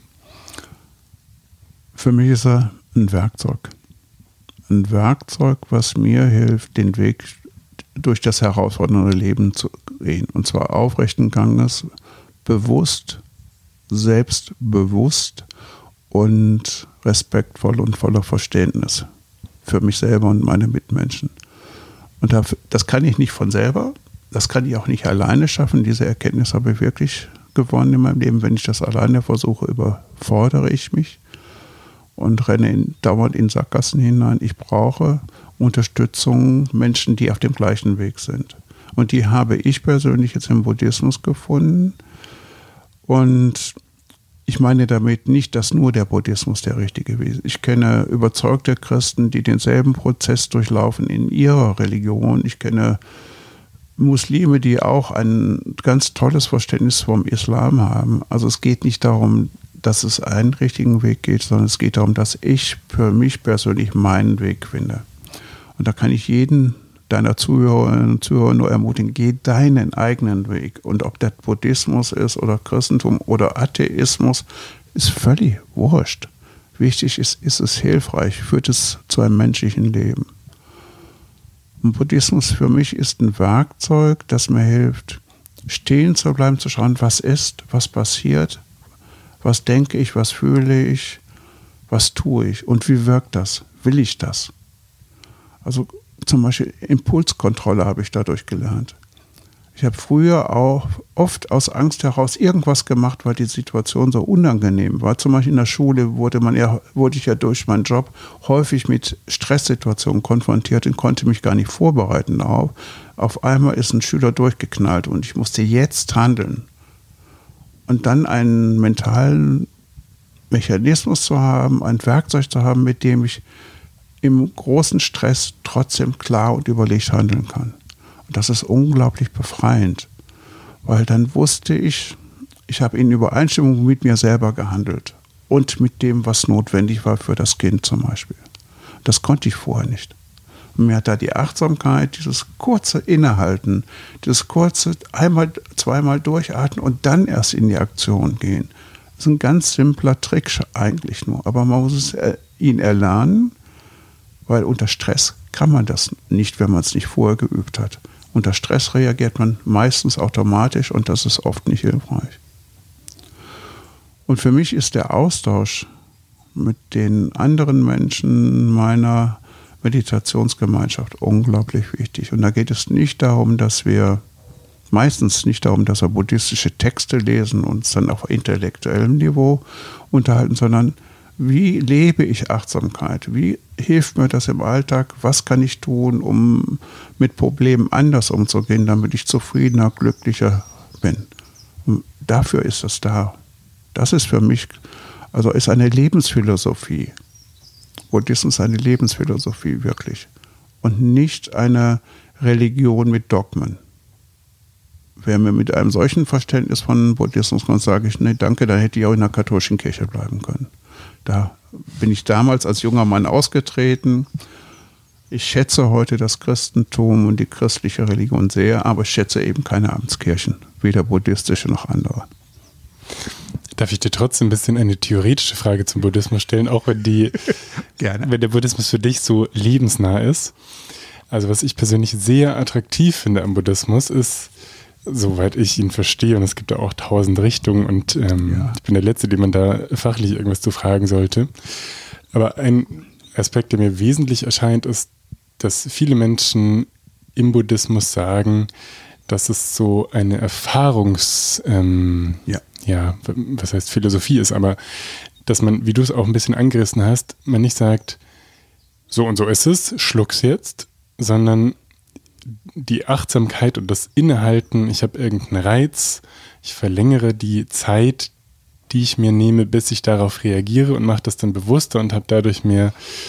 Für mich ist er ein Werkzeug. Ein Werkzeug, was mir hilft, den Weg durch das herausfordernde Leben zu gehen. Und zwar aufrechten Ganges, bewusst, selbstbewusst und respektvoll und voller Verständnis für mich selber und meine Mitmenschen. Und das kann ich nicht von selber, das kann ich auch nicht alleine schaffen. Diese Erkenntnis habe ich wirklich gewonnen in meinem Leben. Wenn ich das alleine versuche, überfordere ich mich und renne in, dauernd in Sackgassen hinein. Ich brauche Unterstützung, Menschen, die auf dem gleichen Weg sind. Und die habe ich persönlich jetzt im Buddhismus gefunden. Und ich meine damit nicht, dass nur der Buddhismus der richtige Weg ist. Ich kenne überzeugte Christen, die denselben Prozess durchlaufen in ihrer Religion. Ich kenne Muslime, die auch ein ganz tolles Verständnis vom Islam haben. Also es geht nicht darum, dass es einen richtigen Weg geht, sondern es geht darum, dass ich für mich persönlich meinen Weg finde. Und da kann ich jeden deiner Zuhörerinnen und Zuhörer nur ermutigen, geh deinen eigenen Weg. Und ob das Buddhismus ist oder Christentum oder Atheismus, ist völlig wurscht. Wichtig ist, ist es hilfreich, führt es zu einem menschlichen Leben. Und Buddhismus für mich ist ein Werkzeug, das mir hilft, stehen zu bleiben, zu schauen, was ist, was passiert, was denke ich, was fühle ich, was tue ich und wie wirkt das? Will ich das? Also zum Beispiel Impulskontrolle habe ich dadurch gelernt. Ich habe früher auch oft aus Angst heraus irgendwas gemacht, weil die Situation so unangenehm war. Zum Beispiel in der Schule wurde, man ja, wurde ich ja durch meinen Job häufig mit Stresssituationen konfrontiert und konnte mich gar nicht vorbereiten darauf. Auf einmal ist ein Schüler durchgeknallt und ich musste jetzt handeln. Und dann einen mentalen Mechanismus zu haben, ein Werkzeug zu haben, mit dem ich im großen Stress trotzdem klar und überlegt handeln kann. Und das ist unglaublich befreiend, weil dann wusste ich, ich habe in Übereinstimmung mit mir selber gehandelt und mit dem, was notwendig war für das Kind zum Beispiel. Das konnte ich vorher nicht. Und mir hat da die Achtsamkeit, dieses kurze Innehalten, dieses kurze einmal, zweimal durchatmen und dann erst in die Aktion gehen. Das ist ein ganz simpler Trick eigentlich nur, aber man muss es, äh, ihn erlernen, weil unter Stress kann man das nicht, wenn man es nicht vorher geübt hat. Unter Stress reagiert man meistens automatisch und das ist oft nicht hilfreich. Und für mich ist der Austausch mit den anderen Menschen meiner Meditationsgemeinschaft unglaublich wichtig. Und da geht es nicht darum, dass wir, meistens nicht darum, dass wir buddhistische Texte lesen und uns dann auf intellektuellem Niveau unterhalten, sondern wie lebe ich Achtsamkeit? Wie hilft mir das im Alltag? Was kann ich tun, um mit Problemen anders umzugehen, damit ich zufriedener, glücklicher bin? Und dafür ist das da. Das ist für mich, also ist eine Lebensphilosophie. Buddhismus ist eine Lebensphilosophie, wirklich. Und nicht eine Religion mit Dogmen. Wer mir mit einem solchen Verständnis von Buddhismus kommt, sage ich, nee, danke, dann hätte ich auch in der katholischen Kirche bleiben können. Da bin ich damals als junger Mann ausgetreten. Ich schätze heute das Christentum und die christliche Religion sehr, aber ich schätze eben keine Amtskirchen, weder buddhistische noch andere. Darf ich dir trotzdem ein bisschen eine theoretische Frage zum Buddhismus stellen, auch wenn die, Gerne. Wenn der Buddhismus für dich so lebensnah ist? Also was ich persönlich sehr attraktiv finde am Buddhismus ist, soweit ich ihn verstehe, und es gibt da auch tausend Richtungen und ähm, ja. ich bin der Letzte, dem man da fachlich irgendwas zu fragen sollte. Aber ein Aspekt, der mir wesentlich erscheint, ist, dass viele Menschen im Buddhismus sagen, dass es so eine Erfahrungs... Ähm, ja. ja, was heißt Philosophie ist, aber dass man, wie du es auch ein bisschen angerissen hast, man nicht sagt, so und so ist es, schluck's jetzt, sondern die Achtsamkeit und das Innehalten, ich habe irgendeinen Reiz, ich verlängere die Zeit, die ich mir nehme, bis ich darauf reagiere und mache das dann bewusster und habe dadurch mehr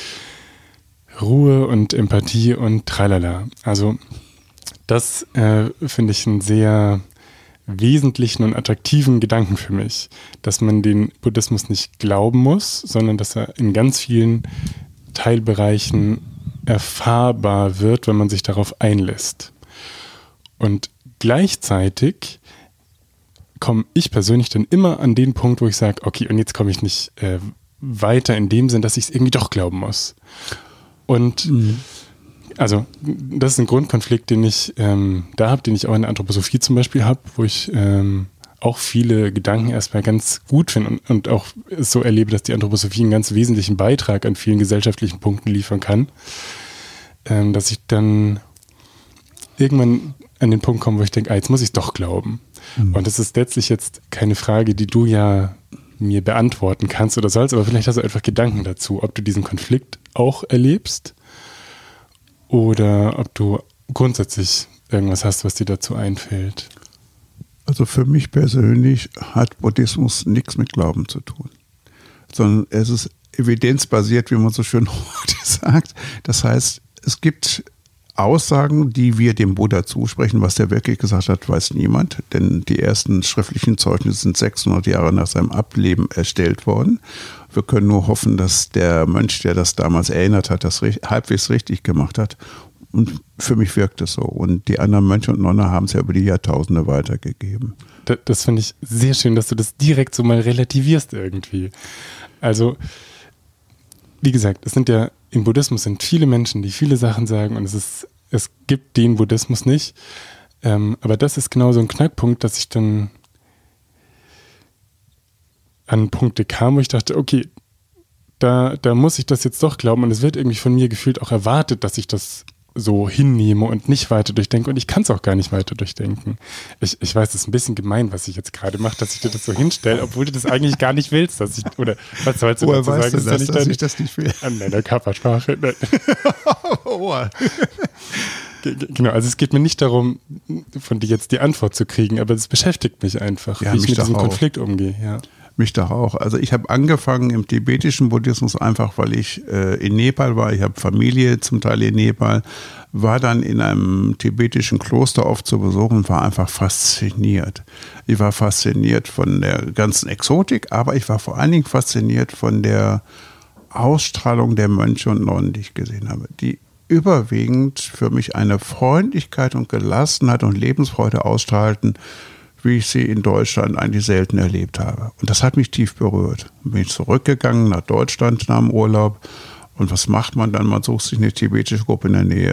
Ruhe und Empathie und tralala. Also das äh, finde ich einen sehr wesentlichen und attraktiven Gedanken für mich, dass man den Buddhismus nicht glauben muss, sondern dass er in ganz vielen Teilbereichen erfahrbar wird, wenn man sich darauf einlässt. Und gleichzeitig komme ich persönlich dann immer an den Punkt, wo ich sage, okay, und jetzt komme ich nicht äh, weiter in dem Sinn, dass ich es irgendwie doch glauben muss. Und mhm. also das ist ein Grundkonflikt, den ich ähm, da habe, den ich auch in der Anthroposophie zum Beispiel habe, wo ich ähm, auch viele Gedanken erstmal ganz gut finde und, und auch so erlebe, dass die Anthroposophie einen ganz wesentlichen Beitrag an vielen gesellschaftlichen Punkten liefern kann, ähm, dass ich dann irgendwann an den Punkt komme, wo ich denke, ah, jetzt muss ich es doch glauben. Mhm. Und das ist letztlich jetzt keine Frage, die du ja mir beantworten kannst oder sollst, aber vielleicht hast du einfach Gedanken dazu, ob du diesen Konflikt auch erlebst oder ob du grundsätzlich irgendwas hast, was dir dazu einfällt. Also für mich persönlich hat Buddhismus nichts mit Glauben zu tun, sondern es ist evidenzbasiert, wie man so schön heute sagt. Das heißt, es gibt Aussagen, die wir dem Buddha zusprechen. Was der wirklich gesagt hat, weiß niemand, denn die ersten schriftlichen Zeugnisse sind sechshundert Jahre nach seinem Ableben erstellt worden. Wir können nur hoffen, dass der Mönch, der das damals erinnert hat, das halbwegs richtig gemacht hat. Und für mich wirkt es so. Und die anderen Mönche und Nonnen haben es ja über die Jahrtausende weitergegeben. Das, das finde ich sehr schön, dass du das direkt so mal relativierst irgendwie. Also, wie gesagt, es sind ja, im Buddhismus sind viele Menschen, die viele Sachen sagen und es ist, es gibt den Buddhismus nicht. Ähm, aber das ist genau so ein Knackpunkt, dass ich dann an Punkte kam, wo ich dachte, okay, da, da muss ich das jetzt doch glauben und es wird irgendwie von mir gefühlt auch erwartet, dass ich das so hinnehme und nicht weiter durchdenke und ich kann es auch gar nicht weiter durchdenken. Ich, ich weiß, das ist ein bisschen gemein, was ich jetzt gerade mache, dass ich dir das so hinstelle, obwohl du das eigentlich gar nicht willst, dass ich, oder was sollst du Woher dazu weißt sagen? Du das, dass deine, ich das nicht will? An deiner Körpersprache. Oh. Genau, also es geht mir nicht darum, von dir jetzt die Antwort zu kriegen, aber es beschäftigt mich einfach, ja, wie ich mit diesem auch. Konflikt umgehe. Ja. Mich doch auch. Also ich habe angefangen im tibetischen Buddhismus einfach, weil ich äh, in Nepal war. Ich habe Familie zum Teil in Nepal, war dann in einem tibetischen Kloster oft zu Besuch und war einfach fasziniert. Ich war fasziniert von der ganzen Exotik, aber ich war vor allen Dingen fasziniert von der Ausstrahlung der Mönche und Nonnen, die ich gesehen habe, die überwiegend für mich eine Freundlichkeit und Gelassenheit und Lebensfreude ausstrahlten, wie ich sie in Deutschland eigentlich selten erlebt habe. Und das hat mich tief berührt. Dann bin ich zurückgegangen nach Deutschland nach dem Urlaub. Und was macht man dann? Man sucht sich eine tibetische Gruppe in der Nähe.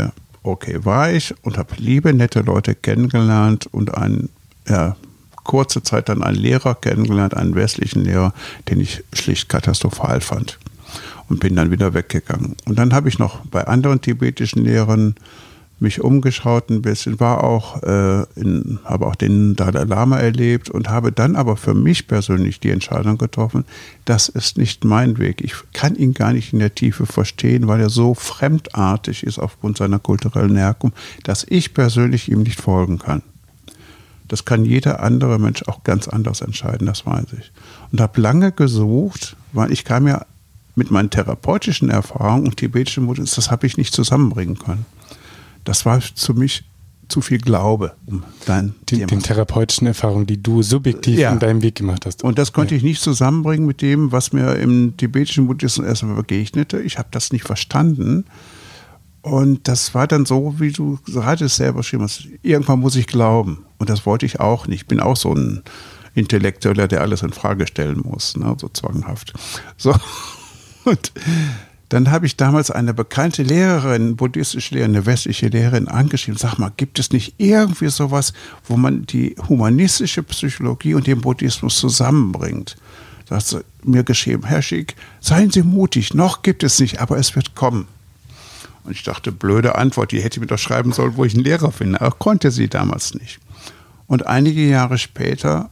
okay, war ich und habe liebe, nette Leute kennengelernt und einen, ja, kurze Zeit dann einen Lehrer kennengelernt, einen westlichen Lehrer, den ich schlicht katastrophal fand und bin dann wieder weggegangen. Und dann habe ich noch bei anderen tibetischen Lehrern mich umgeschaut ein bisschen, war auch, äh, in, habe auch den Dalai Lama erlebt und habe dann aber für mich persönlich die Entscheidung getroffen, das ist nicht mein Weg. Ich kann ihn gar nicht in der Tiefe verstehen, weil er so fremdartig ist aufgrund seiner kulturellen Herkunft, dass ich persönlich ihm nicht folgen kann. Das kann jeder andere Mensch auch ganz anders entscheiden, das weiß ich. Und habe lange gesucht, weil ich kam ja mit meinen therapeutischen Erfahrungen und tibetischen Buddhismus, das habe ich nicht zusammenbringen können. Das war für mich zu viel Glaube. Um dein die, den therapeutischen Erfahrungen, die du subjektiv ja. in deinem Weg gemacht hast. Und das konnte ja. ich nicht zusammenbringen mit dem, was mir im tibetischen Buddhismus erstmal begegnete. Ich habe das nicht verstanden. Und das war dann so, wie du gerade selber geschrieben hast. Irgendwann muss ich glauben. Und das wollte ich auch nicht. Ich bin auch so ein Intellektueller, der alles in Frage stellen muss, ne? So zwanghaft. So. Und dann habe ich damals eine bekannte Lehrerin, buddhistische Lehrerin, eine westliche Lehrerin angeschrieben. Sag mal, gibt es nicht irgendwie sowas, wo man die humanistische Psychologie und den Buddhismus zusammenbringt? Da hat sie mir geschrieben, Herr Schick, seien Sie mutig, noch gibt es nicht, aber es wird kommen. Und ich dachte, blöde Antwort, die hätte mir doch schreiben sollen, wo ich einen Lehrer finde. Aber konnte sie damals nicht. Und einige Jahre später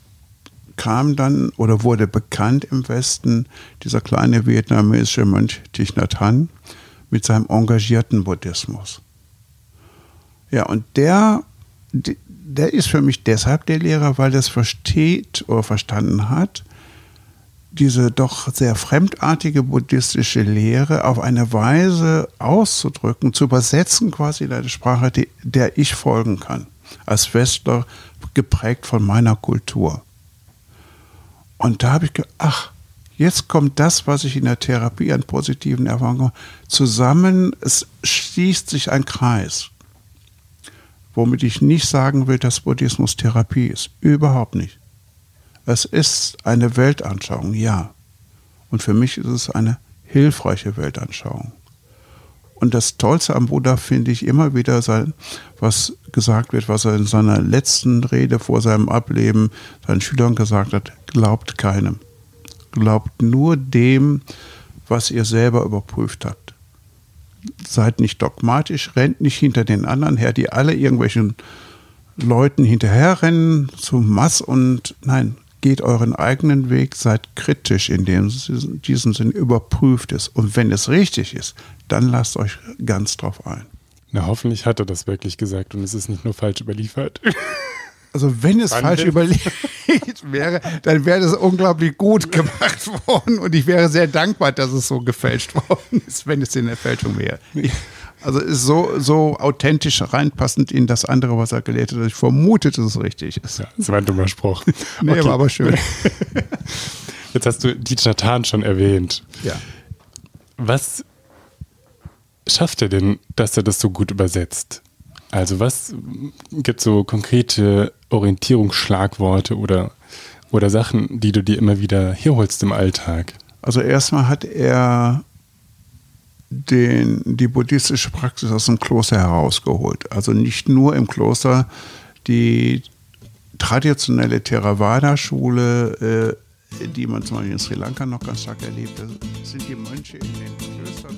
kam dann oder wurde bekannt im Westen dieser kleine vietnamesische Mönch Thich Nhat Hanh mit seinem engagierten Buddhismus. Ja, und der, der ist für mich deshalb der Lehrer, weil er es versteht oder verstanden hat, diese doch sehr fremdartige buddhistische Lehre auf eine Weise auszudrücken, zu übersetzen quasi in eine Sprache, die, der ich folgen kann, als Westler geprägt von meiner Kultur. Und da habe ich gedacht, ach, jetzt kommt das, was ich in der Therapie an positiven Erfahrungen habe, zusammen, es schließt sich ein Kreis. Womit ich nicht sagen will, dass Buddhismus Therapie ist. Überhaupt nicht. Es ist eine Weltanschauung, ja. Und für mich ist es eine hilfreiche Weltanschauung. Und das Tollste am Buddha finde ich immer wieder, sein, was gesagt wird, was er in seiner letzten Rede vor seinem Ableben seinen Schülern gesagt hat, glaubt keinem. Glaubt nur dem, was ihr selber überprüft habt. Seid nicht dogmatisch, rennt nicht hinter den anderen her, die alle irgendwelchen Leuten hinterherrennen zum Mass und nein, geht euren eigenen Weg, seid kritisch in dem, in diesem Sinn, überprüft es. Und wenn es richtig ist, dann lasst euch ganz drauf ein. Na, hoffentlich hat er das wirklich gesagt und es ist nicht nur falsch überliefert. Also wenn es Wann falsch denn? überlegt wäre, dann wäre das unglaublich gut gemacht worden und ich wäre sehr dankbar, dass es so gefälscht worden ist, wenn es in der Fälschung wäre. Ich, also es ist so, so authentisch reinpassend in das andere, was er gelehrt hat, dass ich vermute, dass es richtig ist. Ja, das war ein dummer Spruch. Nee, okay. War aber schön. Jetzt hast du Thich Nhat Hanh schon erwähnt. Ja. Was schafft er denn, dass er das so gut übersetzt? Also was gibt so konkrete Orientierungsschlagworte oder, oder Sachen, die du dir immer wieder herholst im Alltag? Also erstmal hat er den, die buddhistische Praxis aus dem Kloster herausgeholt. Also nicht nur im Kloster die traditionelle Theravada-Schule, äh, die man zum Beispiel in Sri Lanka noch ganz stark erlebt, das sind die Mönche in den Klöstern.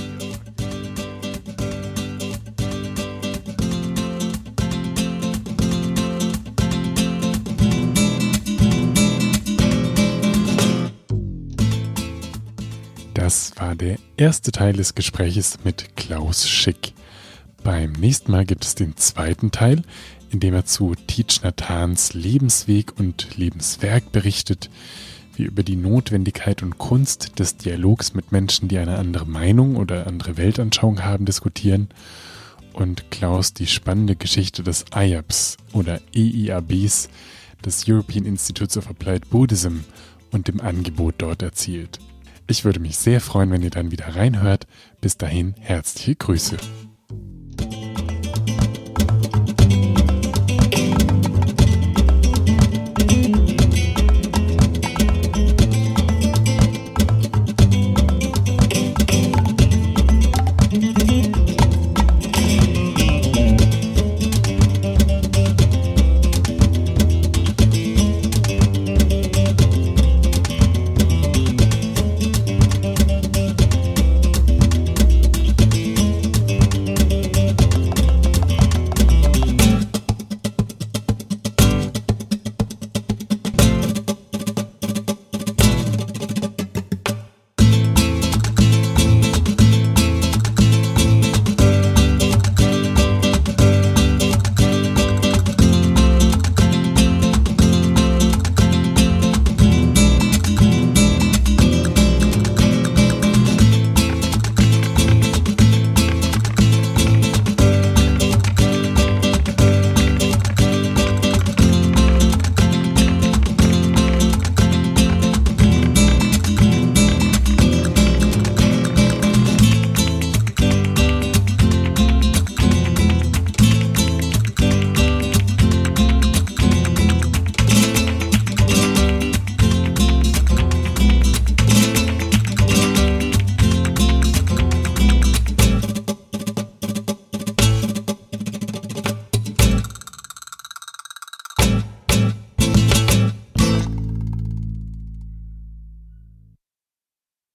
Das war der erste Teil des Gespräches mit Klaus Schick. Beim nächsten Mal gibt es den zweiten Teil, in dem er zu Thich Nhat Hanhs Lebensweg und Lebenswerk berichtet, wir über die Notwendigkeit und Kunst des Dialogs mit Menschen, die eine andere Meinung oder andere Weltanschauung haben, diskutieren und Klaus die spannende Geschichte des I A Bs oder E I A Bs, des European Institutes of Applied Buddhism, und dem Angebot dort erzählt. Ich würde mich sehr freuen, wenn ihr dann wieder reinhört. Bis dahin, herzliche Grüße.